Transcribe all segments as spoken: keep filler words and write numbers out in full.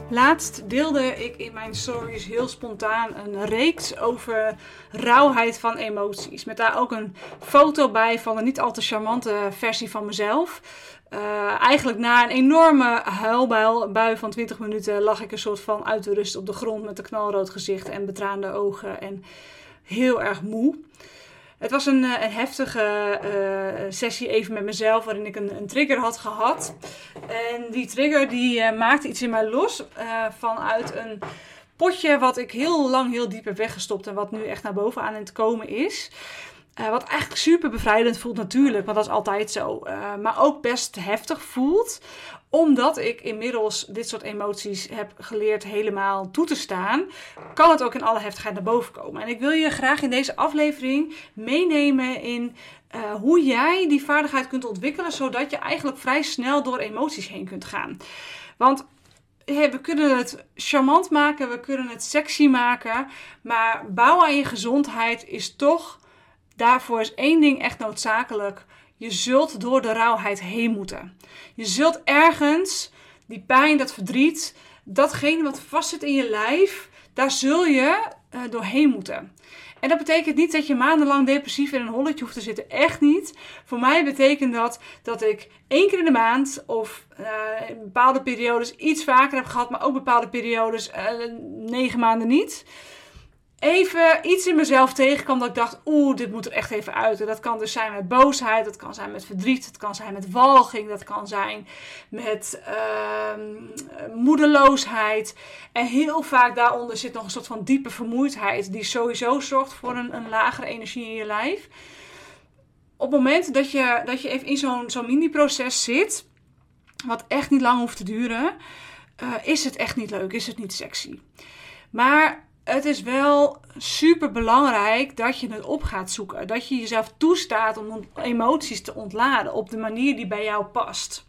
Laatst deelde ik in mijn stories heel spontaan een reeks over rauwheid van emoties. Met daar ook een foto bij van een niet al te charmante versie van mezelf. Uh, eigenlijk na een enorme huilbui van twintig minuten lag ik een soort van uit de rust op de grond met een knalrood gezicht en betraande ogen en heel erg moe. Het was een, een heftige uh, sessie even met mezelf waarin ik een, een trigger had gehad. En die trigger die uh, maakte iets in mij los uh, vanuit een potje wat ik heel lang heel diep heb weggestopt en wat nu echt naar boven aan het komen is. Uh, wat eigenlijk super bevrijdend voelt natuurlijk, want dat is altijd zo. Uh, maar ook best heftig voelt, omdat ik inmiddels dit soort emoties heb geleerd helemaal toe te staan, kan het ook in alle heftigheid naar boven komen. En ik wil je graag in deze aflevering meenemen in uh, hoe jij die vaardigheid kunt ontwikkelen, zodat je eigenlijk vrij snel door emoties heen kunt gaan. Want hey, we kunnen het charmant maken, we kunnen het sexy maken, maar bouwen aan je gezondheid is toch... Daarvoor is één ding echt noodzakelijk. Je zult door de rauwheid heen moeten. Je zult ergens die pijn, dat verdriet, datgene wat vastzit in je lijf, daar zul je uh, doorheen moeten. En dat betekent niet dat je maandenlang depressief in een holletje hoeft te zitten. Echt niet. Voor mij betekent dat dat ik één keer in de maand of uh, in bepaalde periodes iets vaker heb gehad, maar ook bepaalde periodes uh, negen maanden niet. Even iets in mezelf tegenkwam dat ik dacht, oeh, dit moet er echt even uit. En dat kan dus zijn met boosheid, dat kan zijn met verdriet, dat kan zijn met walging, dat kan zijn met uh, moedeloosheid. En heel vaak daaronder zit nog een soort van diepe vermoeidheid die sowieso zorgt voor een, een lagere energie in je lijf. Op het moment dat je, dat je even in zo'n, zo'n mini-proces zit, wat echt niet lang hoeft te duren, uh, is het echt niet leuk, is het niet sexy. Maar het is wel super belangrijk dat je het op gaat zoeken. Dat je jezelf toestaat om emoties te ontladen op de manier die bij jou past.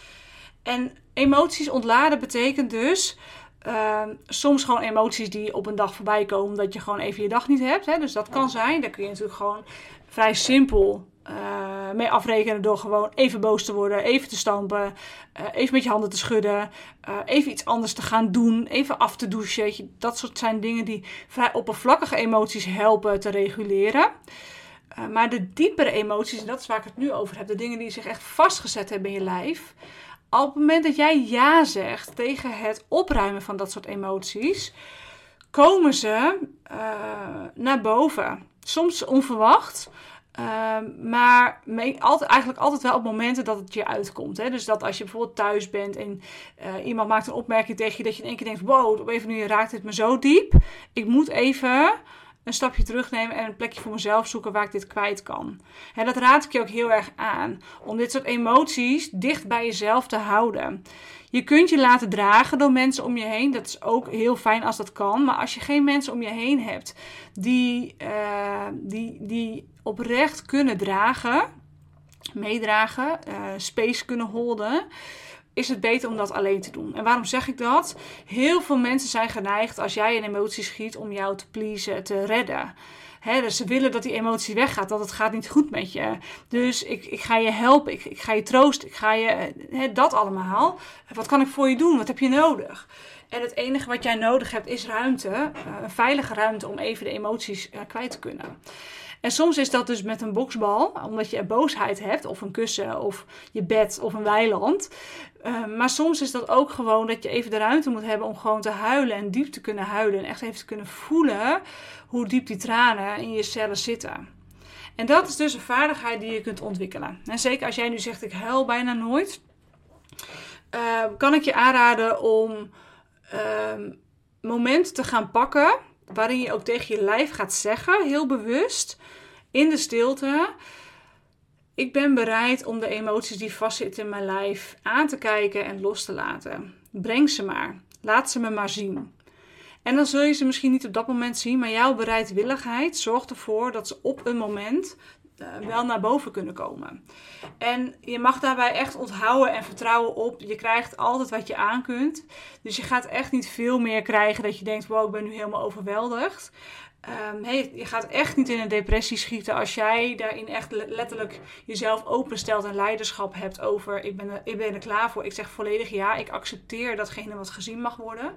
En emoties ontladen betekent dus uh, soms gewoon emoties die op een dag voorbij komen omdat je gewoon even je dag niet hebt. Hè? Dus dat kan zijn. Daar kun je natuurlijk gewoon vrij simpel uh, mee afrekenen door gewoon even boos te worden, even te stampen, uh, even met je handen te schudden, uh, even iets anders te gaan doen, even af te douchen. Weet je, dat soort zijn dingen die vrij oppervlakkige emoties helpen te reguleren. Uh, maar de diepere emoties, en dat is waar ik het nu over heb, de dingen die zich echt vastgezet hebben in je lijf. Op het moment dat jij ja zegt tegen het opruimen van dat soort emoties, komen ze uh, naar boven. Soms onverwacht, uh, maar mee, altijd, eigenlijk altijd wel op momenten dat het je uitkomt. Hè? Dus dat als je bijvoorbeeld thuis bent en uh, iemand maakt een opmerking tegen je, dat je in één keer denkt, wow, op even nu raakt het me zo diep. Ik moet even een stapje terugnemen en een plekje voor mezelf zoeken waar ik dit kwijt kan. En dat raad ik je ook heel erg aan. Om dit soort emoties dicht bij jezelf te houden. Je kunt je laten dragen door mensen om je heen. Dat is ook heel fijn als dat kan. Maar als je geen mensen om je heen hebt die, uh, die, die oprecht kunnen dragen, meedragen, uh, space kunnen holden, is het beter om dat alleen te doen. En waarom zeg ik dat? Heel veel mensen zijn geneigd als jij een emotie schiet om jou te pleasen, te redden. He, dus ze willen dat die emotie weggaat, dat het gaat niet goed met je. Dus ik, ik ga je helpen, ik, ik ga je troosten, ik ga je, he, dat allemaal. Wat kan ik voor je doen? Wat heb je nodig? En het enige wat jij nodig hebt is ruimte, een veilige ruimte om even de emoties kwijt te kunnen. En soms is dat dus met een boksbal, omdat je boosheid hebt, of een kussen, of je bed, of een weiland. Uh, maar soms is dat ook gewoon dat je even de ruimte moet hebben om gewoon te huilen en diep te kunnen huilen. En echt even te kunnen voelen hoe diep die tranen in je cellen zitten. En dat is dus een vaardigheid die je kunt ontwikkelen. En zeker als jij nu zegt, ik huil bijna nooit, uh, kan ik je aanraden om uh, momenten te gaan pakken waarin je ook tegen je lijf gaat zeggen, heel bewust, in de stilte, ik ben bereid om de emoties die vastzitten in mijn lijf aan te kijken en los te laten. Breng ze maar. Laat ze me maar zien. En dan zul je ze misschien niet op dat moment zien, maar jouw bereidwilligheid zorgt ervoor dat ze op een moment uh, wel naar boven kunnen komen. En je mag daarbij echt onthouden en vertrouwen op. Je krijgt altijd wat je aan kunt. Dus je gaat echt niet veel meer krijgen dat je denkt, wow, ik ben nu helemaal overweldigd. Um, hey, je gaat echt niet in een depressie schieten als jij daarin echt letterlijk jezelf openstelt en leiderschap hebt over ik ben, er, ik ben er klaar voor. Ik zeg volledig ja, ik accepteer datgene wat gezien mag worden.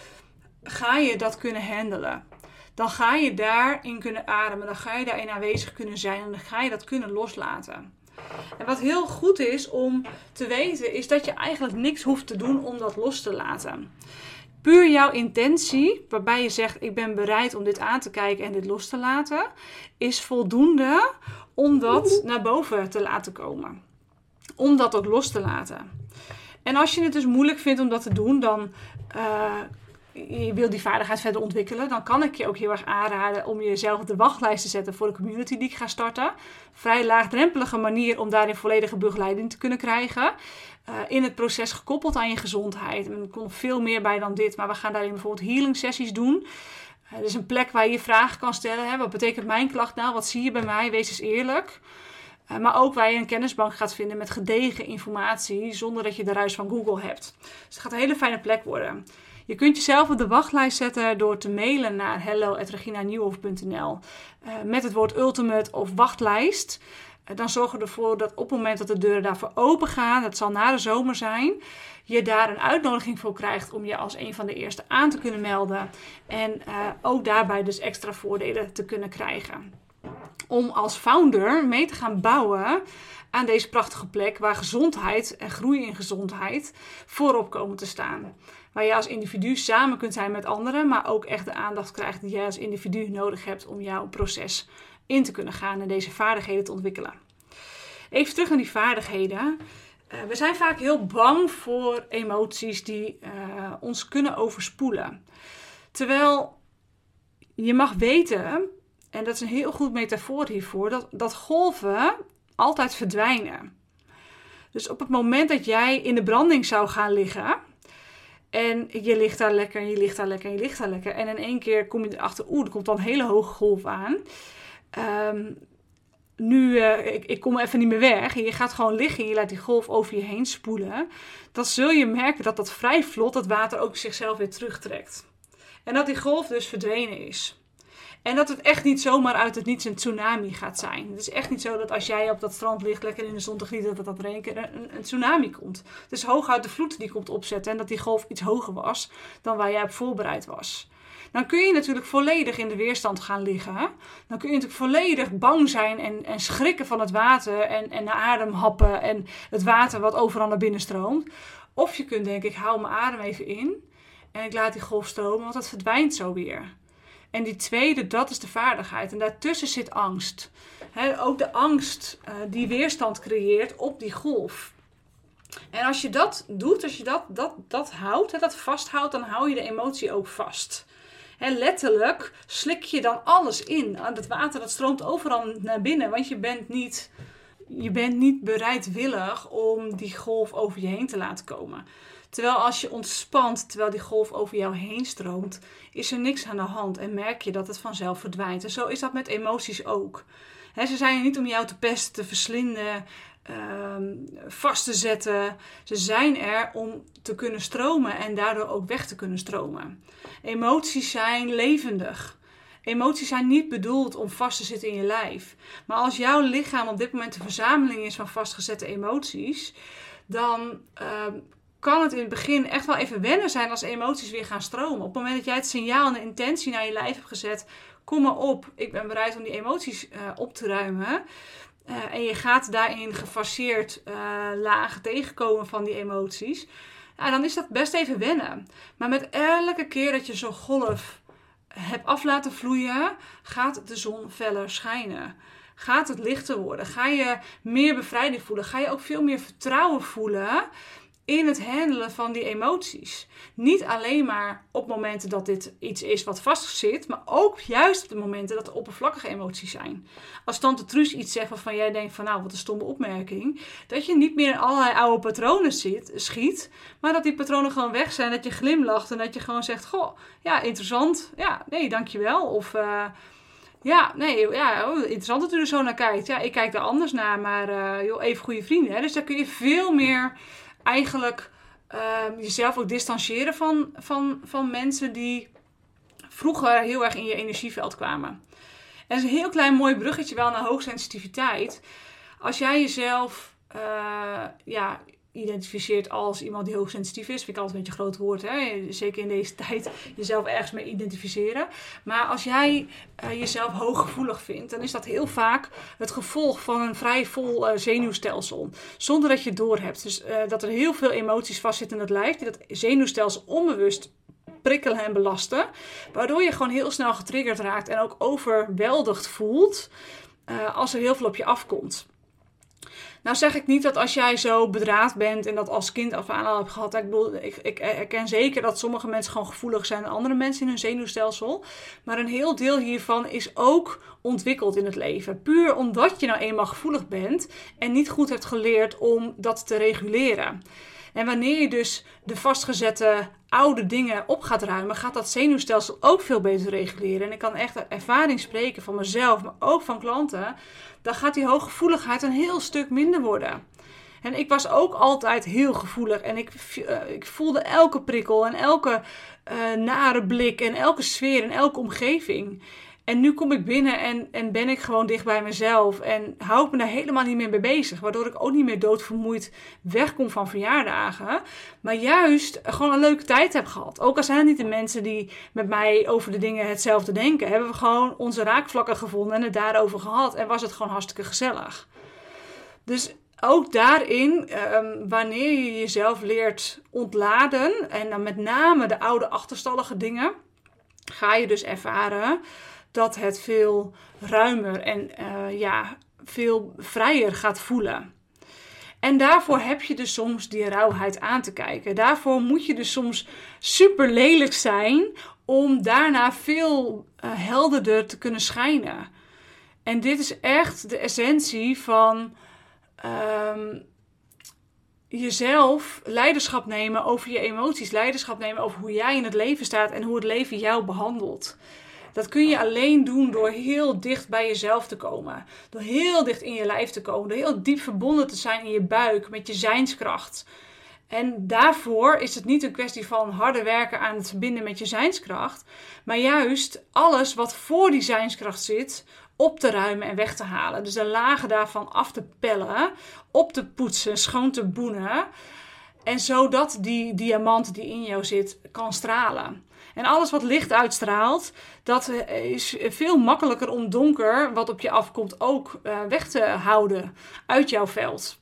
Ga je dat kunnen handelen? Dan ga je daarin kunnen ademen, dan ga je daarin aanwezig kunnen zijn en dan ga je dat kunnen loslaten. En wat heel goed is om te weten is dat je eigenlijk niks hoeft te doen om dat los te laten. Puur jouw intentie, waarbij je zegt ik ben bereid om dit aan te kijken en dit los te laten, is voldoende om dat naar boven te laten komen. Om dat ook los te laten. En als je het dus moeilijk vindt om dat te doen, dan uh, je wil die vaardigheid verder ontwikkelen, dan kan ik je ook heel erg aanraden om jezelf op de wachtlijst te zetten voor de community die ik ga starten. Vrij laagdrempelige manier om daarin volledige begeleiding te kunnen krijgen. Uh, in het proces gekoppeld aan je gezondheid. En er komt nog veel meer bij dan dit, maar we gaan daarin bijvoorbeeld healing sessies doen. Uh, er is een plek waar je je vragen kan stellen. Hè? Wat betekent mijn klacht nou? Wat zie je bij mij? Wees eens eerlijk. Uh, maar ook waar je een kennisbank gaat vinden met gedegen informatie, zonder dat je de ruis van Google hebt. Dus het gaat een hele fijne plek worden. Je kunt jezelf op de wachtlijst zetten door te mailen naar hello at regina nieuwhof punt n l uh, met het woord ultimate of wachtlijst. Uh, dan zorgen we ervoor dat op het moment dat de deuren daarvoor open gaan, dat zal na de zomer zijn, je daar een uitnodiging voor krijgt om je als een van de eerste aan te kunnen melden. En uh, ook daarbij dus extra voordelen te kunnen krijgen. Om als founder mee te gaan bouwen aan deze prachtige plek waar gezondheid en groei in gezondheid voorop komen te staan. Waar je als individu samen kunt zijn met anderen, maar ook echt de aandacht krijgt die jij als individu nodig hebt om jouw proces in te kunnen gaan en deze vaardigheden te ontwikkelen. Even terug naar die vaardigheden. Uh, we zijn vaak heel bang voor emoties die uh, ons kunnen overspoelen. Terwijl je mag weten, en dat is een heel goed metafoor hiervoor, dat, dat golven altijd verdwijnen. Dus op het moment dat jij in de branding zou gaan liggen, en je ligt daar lekker, en je ligt daar lekker, en je ligt daar lekker, en in één keer kom je erachter, oeh, er komt dan een hele hoge golf aan. Um, nu, uh, ik, ik kom even niet meer weg, en je gaat gewoon liggen en je laat die golf over je heen spoelen. Dan zul je merken dat dat vrij vlot, dat water ook zichzelf weer terugtrekt. En dat die golf dus verdwenen is. En dat het echt niet zomaar uit het niets een tsunami gaat zijn. Het is echt niet zo dat als jij op dat strand ligt, lekker in de zon te genieten, dat dat er een keer een, een tsunami komt. Het is hooguit de vloed die komt opzetten en dat die golf iets hoger was dan waar jij op voorbereid was. Dan kun je natuurlijk volledig in de weerstand gaan liggen. Dan kun je natuurlijk volledig bang zijn en, en schrikken van het water en, en naar adem happen en het water wat overal naar binnen stroomt. Of je kunt denken, ik hou mijn adem even in en ik laat die golf stromen, want het verdwijnt zo weer. En die tweede, dat is de vaardigheid. En daartussen zit angst. He, ook de angst uh, die weerstand creëert op die golf. En als je dat doet, als je dat, dat, dat houdt, he, dat vasthoudt, dan hou je de emotie ook vast. He, letterlijk slik je dan alles in. Dat water dat stroomt overal naar binnen, want je bent niet, je bent niet bereidwillig om die golf over je heen te laten komen. Terwijl als je ontspant, terwijl die golf over jou heen stroomt, is er niks aan de hand en merk je dat het vanzelf verdwijnt. En zo is dat met emoties ook. He, ze zijn er niet om jou te pesten, te verslinden, um, vast te zetten. Ze zijn er om te kunnen stromen en daardoor ook weg te kunnen stromen. Emoties zijn levendig. Emoties zijn niet bedoeld om vast te zitten in je lijf. Maar als jouw lichaam op dit moment een verzameling is van vastgezette emoties, dan Uh, kan het in het begin echt wel even wennen zijn als emoties weer gaan stromen. Op het moment dat jij het signaal en de intentie naar je lijf hebt gezet, kom maar op, ik ben bereid om die emoties uh, op te ruimen. Uh, en je gaat daarin gefaseerd uh, laag tegenkomen van die emoties. Ja, dan is dat best even wennen. Maar met elke keer dat je zo'n golf hebt af laten vloeien, gaat de zon feller schijnen. Gaat het lichter worden. Ga je meer bevrijding voelen. Ga je ook veel meer vertrouwen voelen in het handelen van die emoties. Niet alleen maar op momenten dat dit iets is wat vastzit, maar ook juist op de momenten dat er oppervlakkige emoties zijn. Als tante Truus iets zegt waarvan jij denkt van nou, wat een stomme opmerking, dat je niet meer in allerlei oude patronen zit, schiet, maar dat die patronen gewoon weg zijn, dat je glimlacht en dat je gewoon zegt, goh, ja, interessant, ja, nee, dankjewel. Of uh, Ja, nee, ja, oh, interessant dat u er zo naar kijkt. Ja, ik kijk er anders naar, maar uh, joh, even goede vrienden. Hè? Dus daar kun je veel meer eigenlijk uh, jezelf ook distancieren van, van, van mensen die vroeger heel erg in je energieveld kwamen. En dat is een heel klein mooi bruggetje wel naar hoogsensitiviteit. Als jij jezelf uh, ja, identificeert als iemand die hoogsensitief is, vind ik altijd een beetje een groot woord, hè? Zeker in deze tijd, jezelf ergens mee identificeren. Maar als jij uh, jezelf hooggevoelig vindt, dan is dat heel vaak het gevolg van een vrij vol uh, zenuwstelsel, zonder dat je het doorhebt. Dus uh, dat er heel veel emoties vastzitten in het lijf, die dat zenuwstelsel onbewust prikkelen en belasten, waardoor je gewoon heel snel getriggerd raakt en ook overweldigd voelt uh, als er heel veel op je afkomt. Nou zeg ik niet dat als jij zo bedraad bent en dat als kind af aan al hebt gehad. Ik bedoel, ik, ik herken zeker dat sommige mensen gewoon gevoelig zijn dan andere mensen in hun zenuwstelsel. Maar een heel deel hiervan is ook ontwikkeld in het leven. Puur omdat je nou eenmaal gevoelig bent en niet goed hebt geleerd om dat te reguleren. En wanneer je dus de vastgezette oude dingen op gaat ruimen, gaat dat zenuwstelsel ook veel beter reguleren. En ik kan echt uit ervaring spreken van mezelf, maar ook van klanten. Dan gaat die hooggevoeligheid een heel stuk minder worden. En ik was ook altijd heel gevoelig. En ik, uh, ik voelde elke prikkel en elke uh, nare blik en elke sfeer en elke omgeving. En nu kom ik binnen en, en ben ik gewoon dicht bij mezelf. En hou ik me daar helemaal niet meer mee bezig. Waardoor ik ook niet meer doodvermoeid wegkom van verjaardagen. Maar juist gewoon een leuke tijd heb gehad. Ook al zijn het niet de mensen die met mij over de dingen hetzelfde denken. Hebben we gewoon onze raakvlakken gevonden en het daarover gehad. En was het gewoon hartstikke gezellig. Dus ook daarin, um, wanneer je jezelf leert ontladen. En dan met name de oude achterstallige dingen. Ga je dus ervaren dat het veel ruimer en uh, ja, veel vrijer gaat voelen. En daarvoor heb je dus soms die rauwheid aan te kijken. Daarvoor moet je dus soms super lelijk zijn om daarna veel uh, helderder te kunnen schijnen. En dit is echt de essentie van um, jezelf leiderschap nemen over je emoties. Leiderschap nemen over hoe jij in het leven staat en hoe het leven jou behandelt. Dat kun je alleen doen door heel dicht bij jezelf te komen. Door heel dicht in je lijf te komen. Door heel diep verbonden te zijn in je buik met je zijnskracht. En daarvoor is het niet een kwestie van harder werken aan het verbinden met je zijnskracht. Maar juist alles wat voor die zijnskracht zit op te ruimen en weg te halen. Dus de lagen daarvan af te pellen, op te poetsen, schoon te boenen. En zodat die diamant die in jou zit kan stralen. En alles wat licht uitstraalt, dat is veel makkelijker om donker wat op je afkomt ook uh, weg te houden uit jouw veld.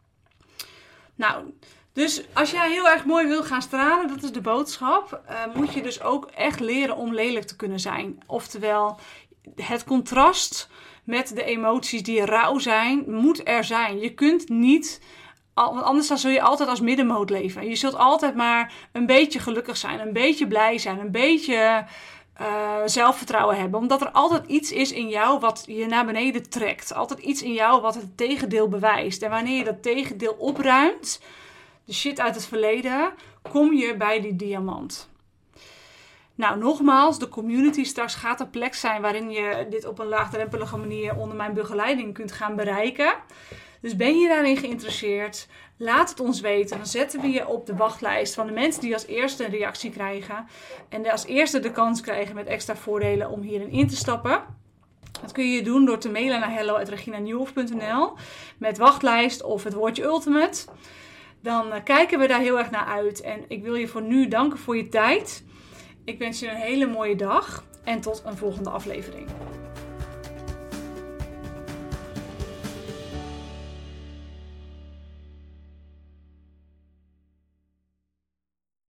Nou, dus als jij heel erg mooi wil gaan stralen, dat is de boodschap, uh, moet je dus ook echt leren om lelijk te kunnen zijn. Oftewel, het contrast met de emoties die rauw zijn, moet er zijn. Je kunt niet, want anders dan zul je altijd als middenmoot leven. Je zult altijd maar een beetje gelukkig zijn, een beetje blij zijn, een beetje uh, zelfvertrouwen hebben. Omdat er altijd iets is in jou wat je naar beneden trekt. Altijd iets in jou wat het tegendeel bewijst. En wanneer je dat tegendeel opruimt, de shit uit het verleden, kom je bij die diamant. Nou, nogmaals, de community straks gaat een plek zijn waarin je dit op een laagdrempelige manier onder mijn begeleiding kunt gaan bereiken. Dus ben je daarin geïnteresseerd? Laat het ons weten. Dan zetten we je op de wachtlijst van de mensen die als eerste een reactie krijgen. En als eerste de kans krijgen met extra voordelen om hierin in te stappen. Dat kun je doen door te mailen naar hello at regina nieuwhof punt n l met wachtlijst of het woordje ultimate. Dan uh, kijken we daar heel erg naar uit. En ik wil je voor nu danken voor je tijd. Ik wens je een hele mooie dag en tot een volgende aflevering.